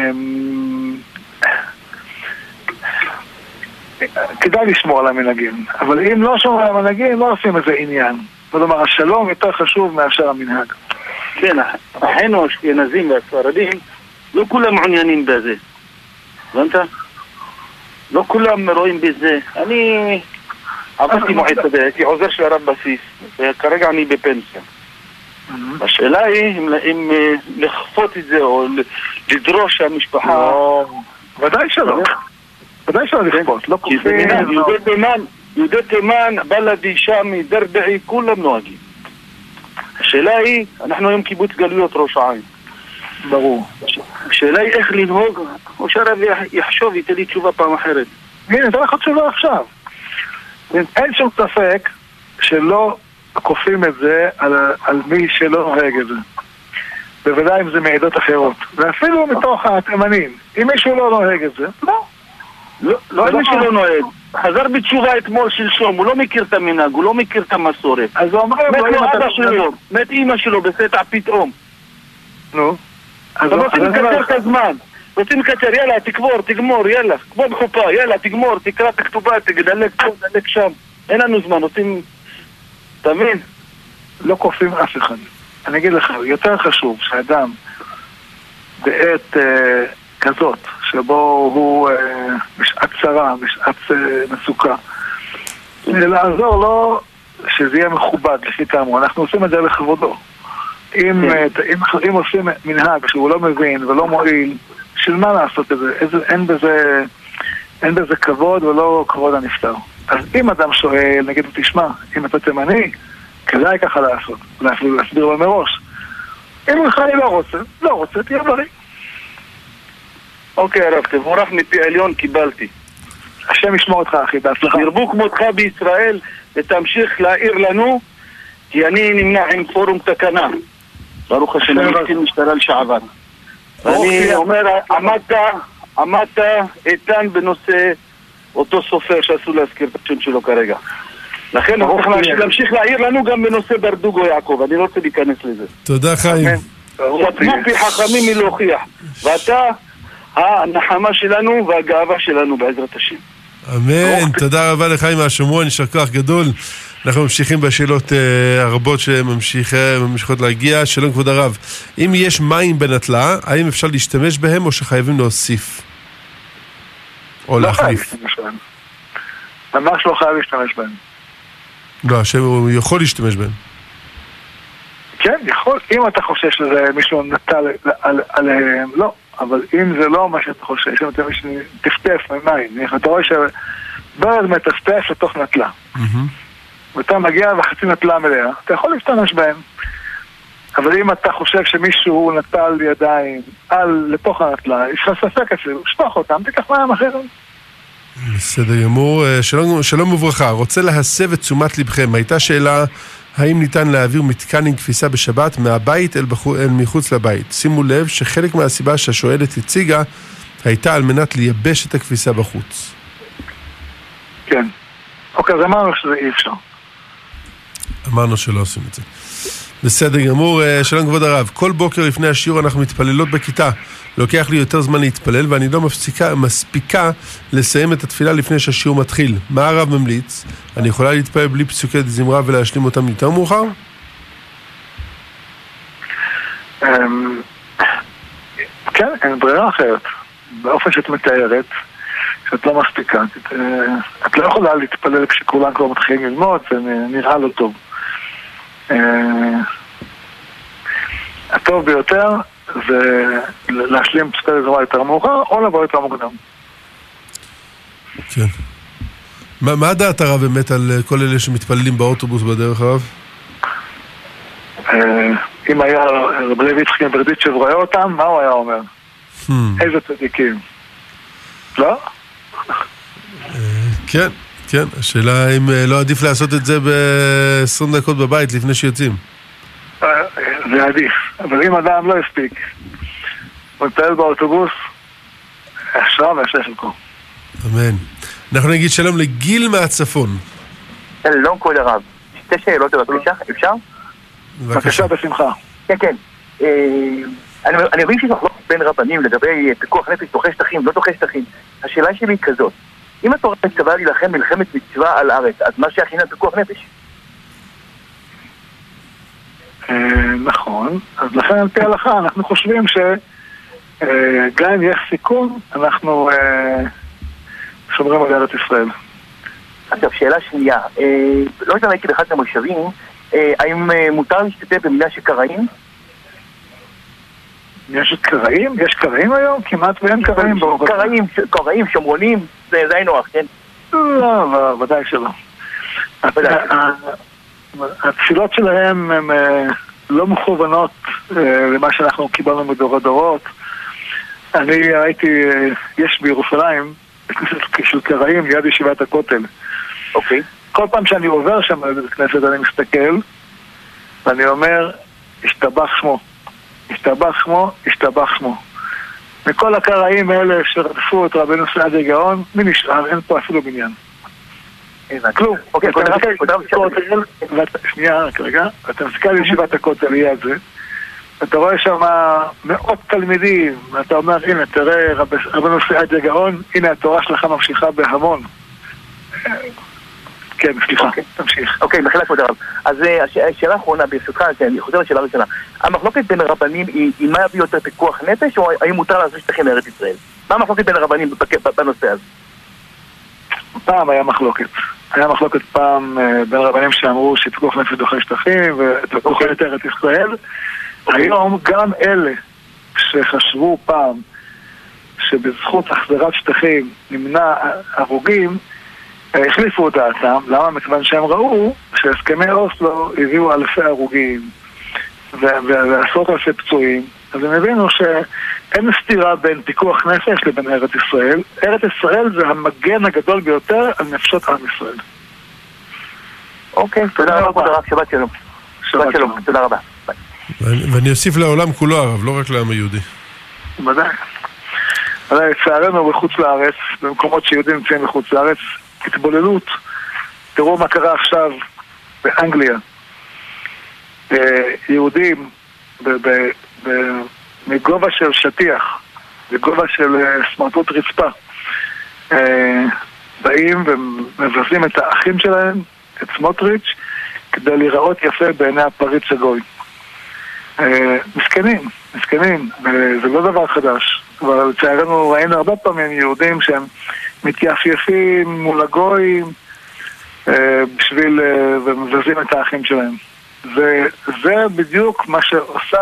כדאי לשמור על המנהגים. אבל אם לא שומר על המנהגים, לא עושים איזה עניין. כלומר, השלום יותר חשוב מאשר המנהג. כן, אחינו האשכנזים והספרדים, לא כולם מעוניינים בזה. הבנת? לא כולם רואים בזה. אני עברתי מועצה, הייתי עוזר של הרב בסיס, וכרגע אני בפנסיה. השאלה היא אם לכפות את זה או לדרוש שהמשפחה... ודאי שלא. ודאי שלא לכפות. לא כופים. יהודי תימן, בלדי, שמי, דרבעי, כולם נוהגים. השאלה היא, אנחנו היום קיבוץ גלויות ראש העין. ברור. השאלה היא איך לנהוג, או שהרב יחשוב, ייתן לי תשובה פעם אחרת. הנה, אתה לך תשובה עכשיו. אין שום ספק שלא כופים את זה על, על מי שלא נוהג את זה. בוודאי אם זה מעדות אחרות. ואפילו מתוך התימנים. אם מישהו לא נוהג את זה, לא. לא, לא אם מישהו לא נוהג. חזר בתשובה אתמול שלשום, הוא לא מכיר את המנהג, הוא לא מכיר את המסורת. אז הוא אומרים... מת לו אבא שלו, מת אמא שלו בסתע פתאום. נו. אתה רוצה לקצר את הזמן. רוצים לקצר, יאללה, תגמור, תגמור, יאללה, כמו בחופה, יאללה, תגמור, תקרא את הכתובה, תגדלק פה, תגדלק שם. אין לנו זמן, רוצים... תבין? לא כופים אף אחד. אני אגיד לך, יותר חשוב שאדם בעת אה, כזאת, שבו הוא אה, בשעת צרה, בשעת אה, מסוקה, לעזור לו שזה יהיה מכובד לפי טעמו. אנחנו עושים את זה לכבודו. אם, אם, אם עושים מנהג שהוא לא מבין ולא מועיל, של מה לעשות את זה? איזה, אין בזה, אין בזה כבוד ולא כבוד הנפטר. אז אם אדם שואל, נגיד, תשמע, אם אתה תימני, כדאי ככה לעשות, להסביר, להסביר לו מראש. אם לך אני לא רוצה, לא רוצה, תהיה בריא. אוקיי, הרב, תבורך מפי עליון קיבלתי. השם ישמור אותך, אחי, בהצלחה. ירבו כמותך בישראל, ותמשיך להעיר לנו, כי אני נמנע עם פורום תקנה. ברוך השם, אני קצין משטרה לשעבר. אני אומר, עמדת, עמדת איתן בנושא אותו סופר שאסור להזכיר את השם שלו כרגע. לכן הוא צריך להמשיך להעיר לנו גם בנושא ברדוגו יעקב, אני לא רוצה להיכנס לזה. תודה חיים. חתמו פי חכמים מלהוכיח, ואתה הנחמה שלנו והגאווה שלנו בעזרת השם. אמן, תודה רבה לחיים מהשומרון, יישר כוח גדול. אנחנו ממשיכים בשאלות הרבות שממשיכות להגיע. שלום כבוד הרב, אם יש מים בנטלה, האם אפשר להשתמש בהם או שחייבים להוסיף? או להחליף? ממש לא חייב להשתמש בהם. לא, שהוא יכול להשתמש בהם. כן, יכול. אם אתה חושב שזה מישהו נטל עליהם, לא. אבל אם זה לא מה שאתה חושב, אם אתה מישהו תפטף ממים, אתה רואה שברד מטפטף לתוך נטלה. ואתה מגיע וחצי נטלה מלאה, אתה יכול להשתמש בהם. אבל אם אתה חושב שמישהו נטל ידיים על לתוך הנטלה, יש לך ספק אפילו, שפוך אותם, תיקח מים אחרים. בסדר גמור. שלום, שלום וברכה, רוצה להסב את תשומת לבכם. הייתה שאלה האם ניתן להעביר מתקן עם כביסה בשבת מהבית אל, בחו, אל מחוץ לבית. שימו לב שחלק מהסיבה שהשואלת הציגה הייתה על מנת לייבש את הכביסה בחוץ. כן. אוקיי, אז אמרנו שזה אי אפשר. אמרנו שלא עושים את זה. בסדר גמור. שלום כבוד הרב, כל בוקר לפני השיעור אנחנו מתפללות בכיתה. לוקח לי יותר זמן להתפלל ואני לא מפסיקה, מספיקה לסיים את התפילה לפני שהשיעור מתחיל. מה הרב ממליץ? אני יכולה להתפלל בלי פסוקי זמרה ולהשלים אותם יותר מאוחר? כן, אין ברירה אחרת. באופן שאת מתארת, שאת לא מספיקה. את לא יכולה להתפלל כשכולם כבר מתחילים ללמוד, זה נראה לא טוב. הטוב ביותר זה להשלים פסוקי זמרה יותר מאוחר, או לבוא יותר מוקדם. כן. מה, מה דעת הרב באמת על כל אלה שמתפללים באוטובוס בדרך הרב? אם היה רב לוי יצחק ברדיצ'ב רואה אותם, מה הוא היה אומר? איזה צדיקים. לא? כן, כן. השאלה אם לא עדיף לעשות את זה ב-עשרים דקות בבית לפני שיוצאים. זה עדיף. אבל אם אדם לא הספיק, הוא מתפלל באוטובוס, השראה והשתף של כה. אמן. אנחנו נגיד שלום לגיל מהצפון. שלום כבוד הרב. שתי שאלות בבקשה, אפשר? בבקשה בשמחה. כן, כן. אני מבין שיש מחלוקת בין רבנים לגבי פיקוח נפש, תוכי שטחים, לא תוכי שטחים. השאלה שלי היא כזאת. אם התורה מצווה להילחם מלחמת מצווה על הארץ, אז מה שהכינה פיקוח נפש? נכון. אז לכן על פי ההלכה אנחנו חושבים שגם אם יש סיכון, אנחנו שומרים על ארץ ישראל. עכשיו, שאלה שנייה. לא יודע, הייתי באחד המושבים, האם מותר להשתתף במילה של קראים? יש קראים? יש קראים היום? כמעט ואין קראים. קראים, קראים, שומרונים, זה די נוח, כן? לא, ודאי שלא. התפילות שלהם הן לא מכוונות למה שאנחנו קיבלנו מדור הדורות. אני הייתי, יש בירושלים, של קראים ליד ישיבת הכותל. אוקיי. כל פעם שאני עובר שם לבית הכנסת אני מסתכל ואני אומר, השתבח שמו. השתבח שמו, השתבח שמו. מכל הקראים האלה שרדפו את רבנו סעדיה גאון, מי נשאר? אין פה אפילו בניין. כלום. אוקיי, שנייה, רק רגע. אתה מסתכל על ישיבת הכותל ליד זה, אתה רואה שם מאות תלמידים, ואתה אומר, הנה, תראה, רבנו סעדיה גאון, הנה התורה שלך ממשיכה בהמון. כן, סליחה, תמשיך. אוקיי, מחילה כבוד הרב. אז השאלה האחרונה, ברשותך, אני חוזר לשאלה הראשונה. המחלוקת בין הרבנים היא מה יביא יותר פיקוח נפש, או האם מותר לעשות שטחים לארץ ישראל? מה המחלוקת בין הרבנים בנושא הזה? פעם היה מחלוקת. היה מחלוקת פעם בין רבנים שאמרו שפיקוח נפש דוחה שטחים ודוחה את ארץ ישראל. היום גם אלה שחשבו פעם שבזכות החזרת שטחים נמנע הרוגים, החליפו את דעתם. למה? מכיוון שהם ראו שהסכמי אוסלו הביאו אלפי הרוגים ועשרות אלפי פצועים, אז הם הבינו שאין סתירה בין פיקוח נפש לבין ארץ ישראל. ארץ ישראל זה המגן הגדול ביותר על נפשות עם ישראל. אוקיי, תודה רבה, תודה רבה, שבת שלום. שבת שלום, תודה רבה. ואני אוסיף לעולם כולו הרב, לא רק לעם היהודי. ודאי. ודאי, לצערנו בחוץ לארץ, במקומות שיהודים נמצאים בחוץ לארץ, התבוללות. תראו מה קרה עכשיו באנגליה. יהודים מגובה של שטיח, בגובה של סמרטוט רצפה, באים ומבזים את האחים שלהם, את סמוטריץ', כדי להיראות יפה בעיני הפריץ הגוי. מסכנים, מסכנים, זה לא דבר חדש. אבל לצערנו ראינו הרבה פעמים יהודים שהם מתייפייפים מול הגויים בשביל, ומבזים את האחים שלהם. וזה בדיוק מה שעושה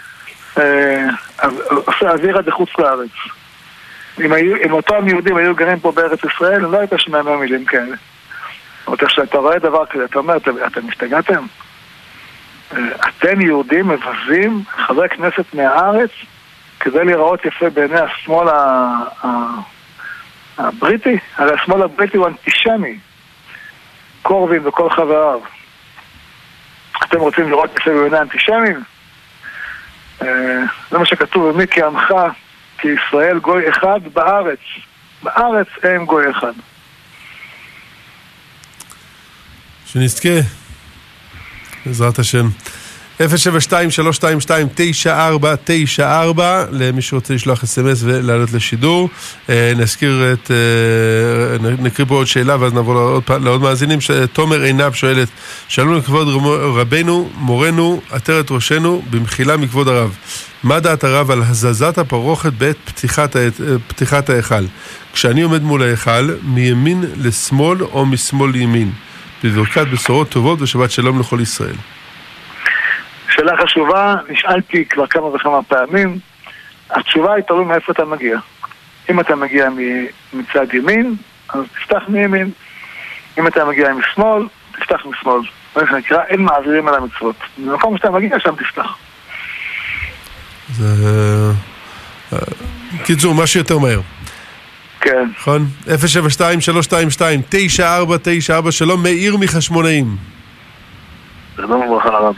עושה אווירה בחוץ לארץ. אם, היו, אם אותם יהודים היו גרים פה בארץ ישראל, לא הייתה שמונה מילים כאלה. אבל כשאתה רואה דבר כזה, אתה אומר, אתם, אתם משתגעתם? אתם יהודים מבזים חברי כנסת מהארץ כדי לראות יפה בעיני השמאל הבריטי? הרי השמאל הבריטי הוא אנטישמי. קורבין וכל חבריו. אתם רוצים לראות יפה בעיני אנטישמים? זה מה שכתוב במי כי עמך כי ישראל גוי אחד בארץ. בארץ הם גוי אחד. שנזכה בעזרת השם. אפס שבע שתיים שלוש שתיים שתיים תשע ארבע תשע ארבע למי שרוצה לשלוח אס אם אס ולעלות לשידור. נזכיר את נקריא פה עוד שאלה ואז נעבור לעוד, לעוד מאזינים. תומר עינב שואלת, שלום לכבוד רבנו מורנו עטרת ראשנו במחילה מכבוד הרב, מה דעת הרב על הזזת הפרוכת בעת פתיחת, פתיחת ההיכל כשאני עומד מול ההיכל מימין לשמאל או משמאל לימין, בברכת בשורות טובות ושבת שלום לכל ישראל? שאלה חשובה, נשאלתי כבר כמה וכמה פעמים. התשובה היא תלוי מאיפה אתה מגיע. אם אתה מגיע מצד ימין, אז תפתח מימין. אם אתה מגיע משמאל, תפתח משמאל. זה שנקרא, אין מעבירים על המצוות. במקום שאתה מגיע, שם תפתח. זה... קיצור, משהו יותר מהר. כן. נכון? אפס שבע שתיים שלוש שתיים שתיים תשע ארבע תשע ארבע. שלום, מאיר מחשמונאים. שלום וברכה לרב.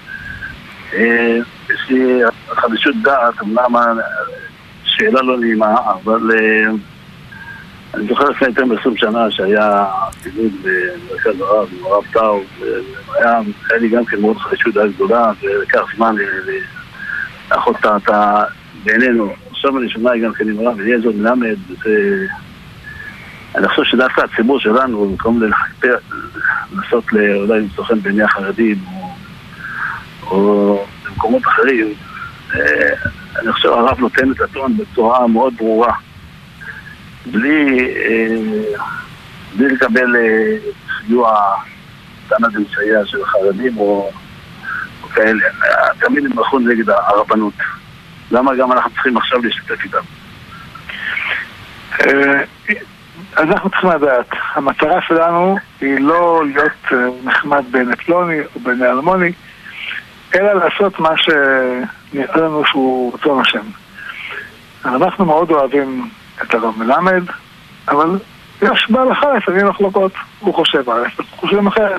יש לי חדשות דעת, אמנם שאלה לא נעימה, אבל אני זוכר לפני יותר מ-עשרים שנה שהיה פעילות במרכז הרב, עם הרב טאו, והיה לי גם כן מאוד חדשות דעת גדולה, ולקח זמן לאחות את בעינינו. עכשיו אני שומע גם כן עם הרב אליעזר מלמד, אני חושב שדווקא הציבור שלנו, במקום לנסות אולי למצוא חן בעיני החרדים, או במקומות אחרים, אני חושב הרב נותן את הטון בצורה מאוד ברורה, בלי בלי לקבל סיוע תנא דמסייע של החרדים או כאלה. תמיד הם הלכו נגד הרבנות. למה גם אנחנו צריכים עכשיו להשתתף איתם? אז אנחנו צריכים לדעת, המטרה שלנו היא לא להיות נחמד בין פלוני או בין אלמוני, אלא לעשות מה שנראה לנו שהוא רצון השם. אנחנו מאוד אוהבים את הרב מלמד, אבל יש בהלכה לפעמים מחלוקות. הוא חושב על זה, הוא חושב אחרת.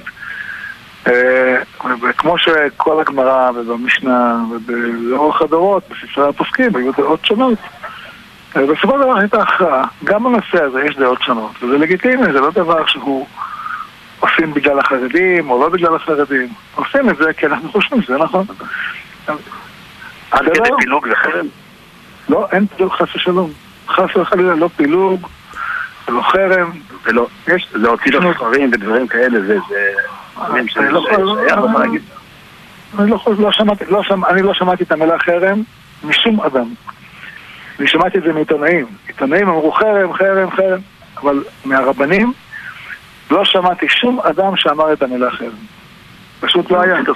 וכמו שכל הגמרא ובמשנה ובאורך הדורות, בספרי הפוסקים, היו דעות שונות. בסופו של דבר הייתה הכרעה. גם בנושא הזה יש דעות שונות, וזה לגיטימי, זה לא דבר שהוא עושים בגלל החרדים או לא בגלל החרדים. עושים את זה כי אנחנו חושבים שזה נכון. עד כדי פילוג וחרם? לא, אין פילוג חס ושלום. חס וחלילה, לא פילוג, לא חרם. ולא, יש, זה הוציא לו ספרים ודברים כאלה, זה... אני לא שמעתי את המילה חרם משום אדם. אני שמעתי את זה מעיתונאים. עיתונאים אמרו חרם, חרם, חרם, אבל מהרבנים לא שמעתי שום אדם שאמר את המילה חרם. פשוט לא היה.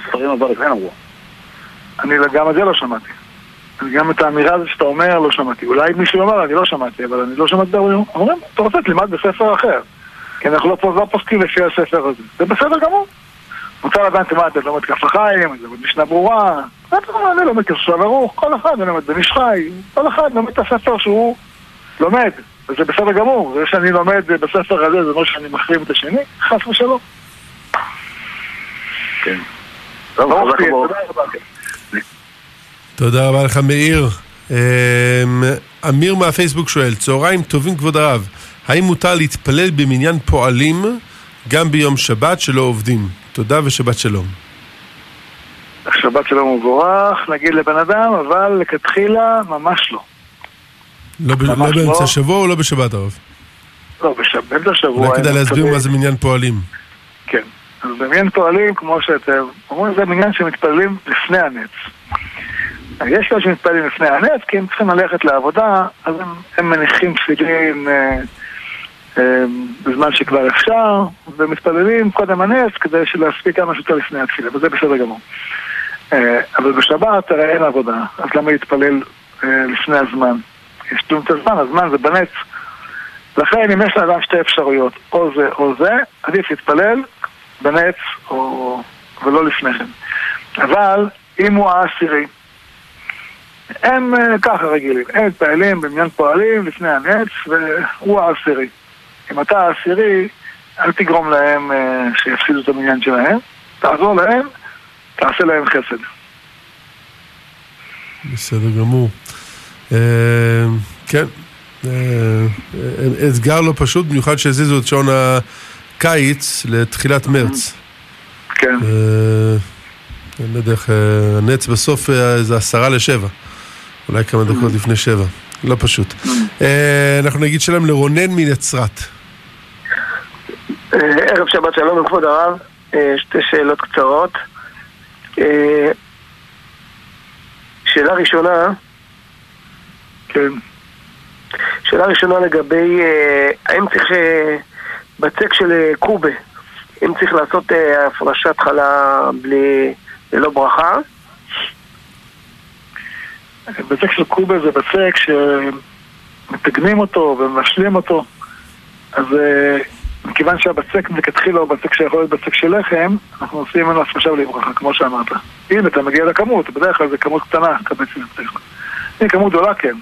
אני גם את זה לא שמעתי. גם את האמירה הזאת שאתה אומר לא שמעתי. אולי מישהו אומר, אני לא שמעתי, אבל אני לא שמעתי. אומרים, אתה רוצה תלמד בספר אחר. כי אנחנו לא פוסקים לפי הספר הזה. זה בסדר גמור. מוצא לדעת תלמד, אני לומד כף החיים, אני לומד משנה ברורה. אני לומד כסף ערוך, כל אחד, אני לומד במשחי. כל אחד לומד את הספר שהוא לומד. וזה בסדר גמור. זה שאני לומד בספר הזה, זה לא שאני מחרים את השני. חס ושלום. כן. תודה רבה לך מאיר. אמיר מהפייסבוק שואל, צהריים טובים כבוד הרב, האם מותר להתפלל במניין פועלים גם ביום שבת שלא עובדים? תודה ושבת שלום. שבת שלום מבורך, נגיד לבן אדם, אבל לכתחילה ממש לא. לא באמצע שבוע או לא בשבת הרב? לא, באמצע שבוע. אולי כדאי להסביר מה זה מניין פועלים. כן, אז במניין פועלים, כמו שאתם אומרים, זה מניין שמתפללים לפני הנץ. יש כאלה שמתפללים לפני הנץ, כי הם צריכים ללכת לעבודה, אז הם, הם מניחים תפילין אה, אה, בזמן שכבר אפשר, ומתפללים קודם הנץ כדי להספיק כמה שיותר לפני התפילה, וזה בסדר גמור. אה, אבל בשבת הרי אין עבודה, אז למה להתפלל אה, לפני הזמן? יש תום את הזמן, הזמן זה בנץ. לכן אם יש לאדם שתי אפשרויות, או זה או זה, עדיף להתפלל בנץ או... ולא לפני כן. אבל אם הוא העשירי, הם ככה רגילים, הם מתפעלים במניין פועלים לפני הנץ, והוא העשירי. אם אתה העשירי, אל תגרום להם שיפסידו את המניין שלהם, תעזור להם, תעשה להם חסד. בסדר גמור. כן, אתגר לא פשוט, במיוחד שהזיזו את שעון הקיץ לתחילת מרץ. כן. אני לא יודע איך, הנץ בסוף זה עשרה לשבע. אולי כמה דקות לפני שבע. לא פשוט. אנחנו נגיד שלום לרונן מנצרת. ערב שבת שלום, כבוד הרב. שתי שאלות קצרות. שאלה ראשונה. כן. שאלה ראשונה לגבי, האם צריך בצק של קובה, אם צריך לעשות הפרשת חלה בלי, ללא ברכה? בצק של קובה זה בצק שמתגנים אותו ומשלים אותו, אז מכיוון שהבצק מכתחילה הוא בצק שיכול להיות בצק של לחם, אנחנו עושים ממנו הפרשה בלי ברכה, כמו שאמרת. אם אתה מגיע לכמות, בדרך כלל זה כמות קטנה, אם כמות גדולה כן.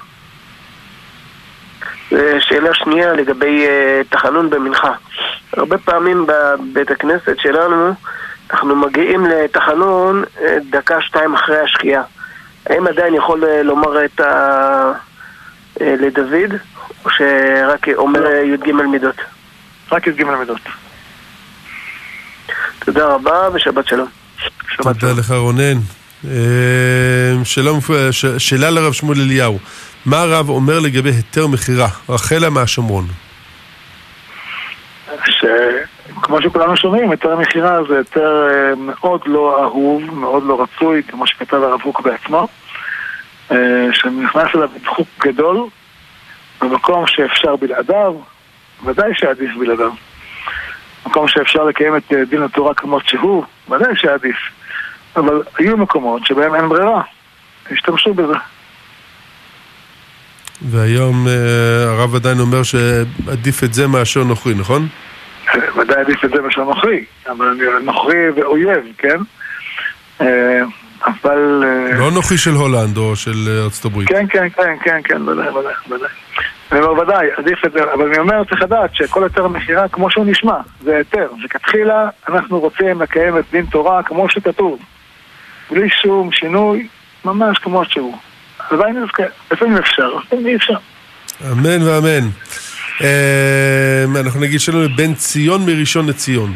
שאלה שנייה לגבי תחנון במנחה. הרבה פעמים בבית הכנסת שלנו אנחנו מגיעים לתחנון דקה שתיים אחרי השקיעה. האם עדיין יכול לומר את ה... לדוד, או שרק אומר י"ג מידות? רק י"ג מידות. תודה רבה ושבת שלום. תודה לך רונן. שלום, שאלה לרב שמואל אליהו. מה הרב אומר לגבי היתר מחירה? רחלה מהשומרון. כמו שכולנו שומעים, היתר מחירה זה היתר מאוד לא אהוב, מאוד לא רצוי, כמו שכתב הרב קוק בעצמו, שנכנס אליו בדחוק גדול, במקום שאפשר בלעדיו, ודאי שעדיף בלעדיו. מקום שאפשר לקיים את דין התורה כמות שהוא, ודאי שעדיף. אבל היו מקומות שבהם אין ברירה, השתמשו בזה. והיום הרב עדיין אומר שעדיף את זה מאשר נוכרי, נכון? ודאי עדיף את זה מאשר נוכרי, אבל נוכרי ואויב, כן? אבל... לא נוכרי של הולנד או של ארצות הברית. כן, כן, כן, כן, כן, ודאי, ודאי, ודאי. אני אומר ודאי, עדיף את זה, אבל אני אומר, צריך לדעת שכל היתר המחירה כמו שהוא נשמע, זה היתר. וכתחילה אנחנו רוצים לקיים את דין תורה כמו שכתוב. בלי שום שינוי, ממש כמו שהוא. עדיין נזכה, לפעמים אפשר, לפעמים אי אפשר. אמן ואמן. אנחנו נגיד שלום לבן ציון מראשון לציון.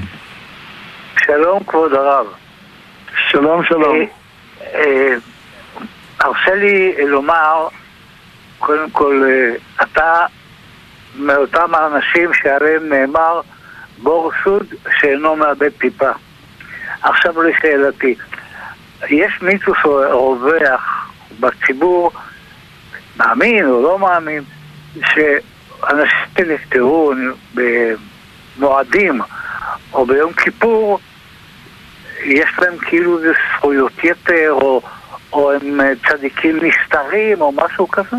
שלום כבוד הרב. שלום שלום. הרשה לי לומר, קודם כל, אתה מאותם האנשים שעליהם נאמר בור סוד שאינו מאבד טיפה. עכשיו לשאלתי, יש מיתוס רווח בציבור, מאמין או לא מאמין, שאנשים שנפטרו במועדים או ביום כיפור, יש להם כאילו זה זכויות יתר או, או הם צדיקים נסתרים או משהו כזה?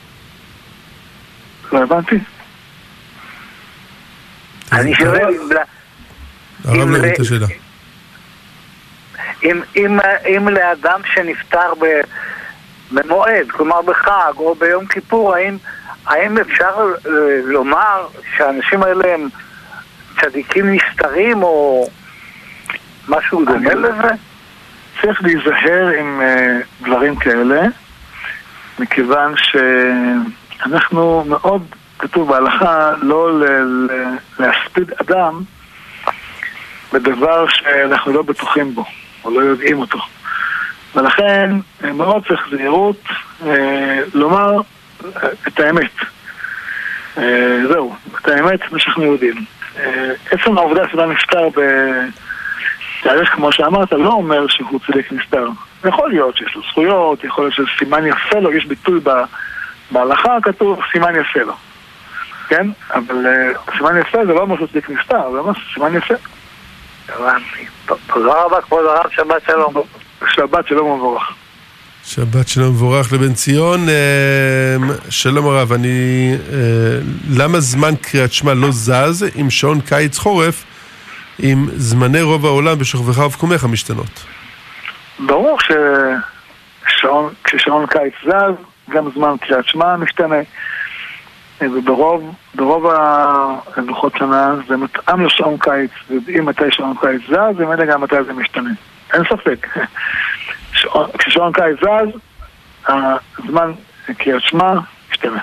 לא הבנתי. אני שואל הרב לא את השאלה. אם, אם, אם לאדם שנפטר במועד, כלומר בחג או ביום כיפור, האם, האם אפשר לומר שהאנשים האלה הם צדיקים נסתרים או משהו דומה לזה? צריך להיזהר עם uh, דברים כאלה, מכיוון שאנחנו מאוד, כתוב בהלכה, לא ל- ל- להספיד אדם בדבר שאנחנו לא בטוחים בו, או לא יודעים אותו. ולכן מאוד צריך זהירות אה, לומר אה, את האמת. אה, זהו, את האמת, מה שאנחנו יודעים. אה, עצם העובדה שאדם נפטר בתאריך, כמו שאמרת, לא אומר שהוא צדיק נסתר. יכול להיות שיש לו זכויות, יכול להיות שסימן יפה לו, יש ביטוי בהלכה, כתוב סימן יפה לו. כן? אבל uh, סימן יפה זה לא אומר שהוא צדיק נסתר, זה אומר סימן יפה. תודה רבה, כבוד הרב, שבת שלום. שבת שלום ומבורך. שבת שלום ומבורך לבן ציון. שלום הרב, אני... למה זמן קריאת שמע לא זז עם שעון קיץ חורף, עם זמני רוב העולם בשוכבך ובקומך המשתנות? ברור ששעון, כששעון קיץ זז, גם זמן קריאת שמע משתנה. וברוב, ברוב הלוחות שנה זה מתאם לשעון קיץ, ויודעים מתי שעון קיץ זז, ומילא גם מתי זה משתנה. אין ספק. כששעון קיץ זז, הזמן קריאת שמע משתנה.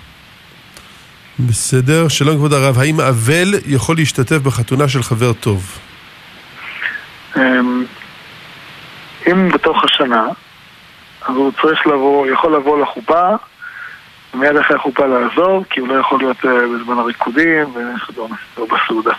בסדר, שלום כבוד הרב, האם אבל יכול להשתתף בחתונה של חבר טוב? אם בתוך השנה, אז הוא צריך לבוא, יכול לבוא לחופה, ומיד אחרי החופה לעזור, כי הוא לא יכול להיות בזמן הריקודים וכדומה, או בסעודה.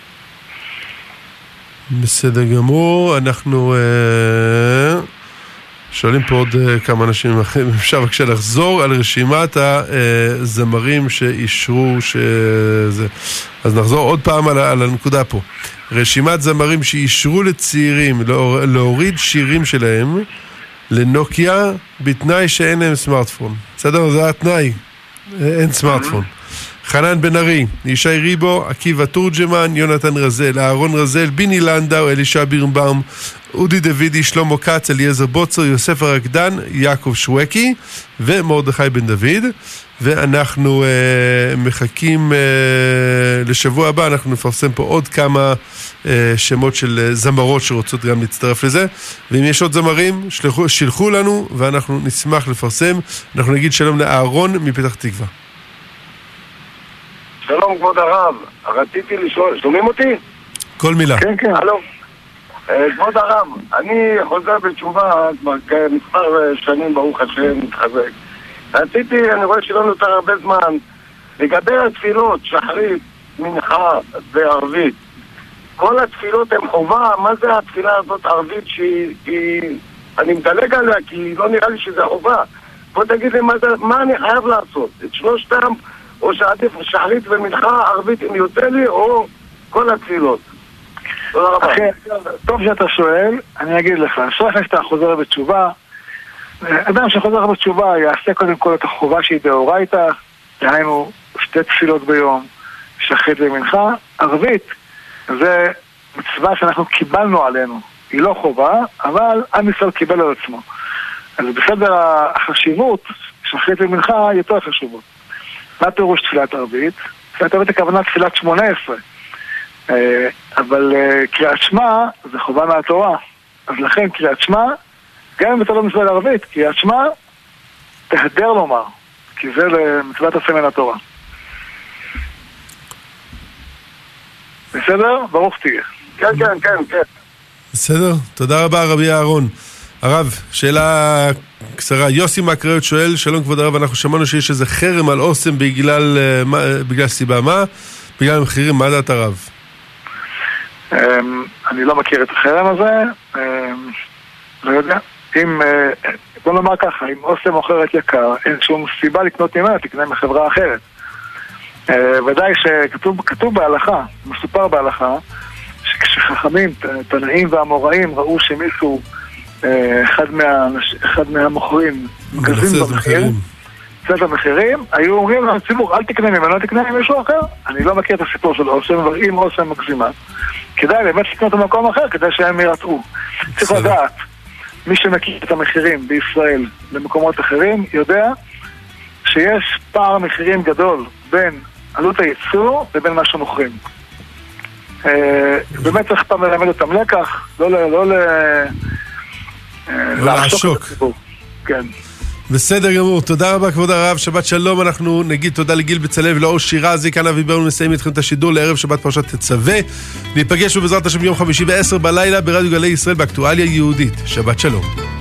בסדר גמור, אנחנו אה, שואלים פה עוד אה, כמה אנשים אחרים, אפשר בבקשה לחזור על רשימת הזמרים שאישרו שזה. אז נחזור עוד פעם על, על הנקודה פה. רשימת זמרים שאישרו לצעירים להוריד שירים שלהם לנוקיה בתנאי שאין להם סמארטפון. בסדר? זה התנאי. אין סמארטפון. חנן בן ארי, ישי ריבו, עקיבא תורג'מן, יונתן רזל, אהרון רזל, ביני לנדאו, אלישע בירנבאום, אודי דוידי, שלמה כץ, אליעזר בוצר, יוסף הרקדן, יעקב שווקי ומרדכי בן דוד. ואנחנו אה, מחכים אה, לשבוע הבא, אנחנו נפרסם פה עוד כמה אה, שמות של אה, זמרות שרוצות גם להצטרף לזה, ואם יש עוד זמרים, שלחו, שילחו לנו ואנחנו נשמח לפרסם. אנחנו נגיד שלום לאהרון מפתח תקווה. שלום כבוד הרב, רציתי לשאול, שומעים אותי? כל מילה. כן, כן. הלו. כבוד הרב, אני חוזר בתשובה כבר כמספר שנים, ברוך השם, מתחזק. רציתי, אני רואה שלא נותר הרבה זמן, לגבי התפילות, שחרית, מנחה וערבית. כל התפילות הן חובה, מה זה התפילה הזאת ערבית שהיא... אני מדלג עליה כי לא נראה לי שזה חובה. בוא תגיד לי מה, זה, מה אני חייב לעשות, את שלושתם, או שעדיף שחרית ומנחה ערבית אם יוצא לי, או כל התפילות. תודה רבה. טוב שאתה שואל, אני אגיד לך, שואל שאתה חוזר בתשובה, אדם שחוזר בתשובה יעשה קודם כל את החובה שהיא דאורייתא, דהיינו שתי תפילות ביום, שחרית ומנחה. ערבית זה מצווה שאנחנו קיבלנו עלינו, היא לא חובה, אבל עם ישראל קיבל על עצמו. אז בסדר החשיבות, שחרית ומנחה יותר חשובות. מה פירוש תפילת ערבית? תפילת ערבית הכוונה תפילת שמונה עשרה, אבל קריאת שמע זה חובה מהתורה, אז לכן קריאת שמע, גם אם אתה לא מצווה לערבית, קריאת שמע תהדר לומר, כי זה למצוות עשה מן התורה. בסדר? ברוך תהיה. כן, כן, כן, כן. בסדר? תודה רבה רבי אהרון. הרב, שאלה קצרה. יוסי מהקריות שואל, שלום כבוד הרב, אנחנו שמענו שיש איזה חרם על אוסם בגלל, בגלל סיבה מה? בגלל המחירים, מה דעת הרב? אני לא מכיר את החרם הזה, לא יודע. אם, בוא נאמר ככה, אם אוסם מוכרת יקר, אין שום סיבה לקנות ממנה, תקנה מחברה אחרת. ודאי שכתוב כתוב בהלכה, מסופר בהלכה, שכשחכמים, תנאים והאמוראים ראו שמישהו, אחד, מה, אחד מהמוכרים מגזים במחיר, קצת המחירים, היו אומרים לציבור, אל תקנה ממנו, אל תקנה ממישהו אחר. אני לא מכיר את הסיפור של אוסם, אבל אם אוסם מגזימה, כדאי באמת לקנות במקום אחר, כדי שהם ירתעו. צריך לדעת, מי שמכיר את המחירים בישראל למקומות אחרים, יודע שיש פער מחירים גדול בין עלות הייצור לבין מה שמוכרים. באמת צריך פעם ללמד אותם לקח, לא ל... לא ל... לעשוק. כן. בסדר גמור, תודה רבה כבוד הרב, שבת שלום. אנחנו נגיד תודה לגיל בצלאל ולאור שירזי, כאן אבי ברמן מסיים איתכם את השידור לערב שבת פרשת תצווה. ניפגש בעזרת השם ביום חמישי בעשר בלילה ברדיו גלי ישראל באקטואליה יהודית. שבת שלום.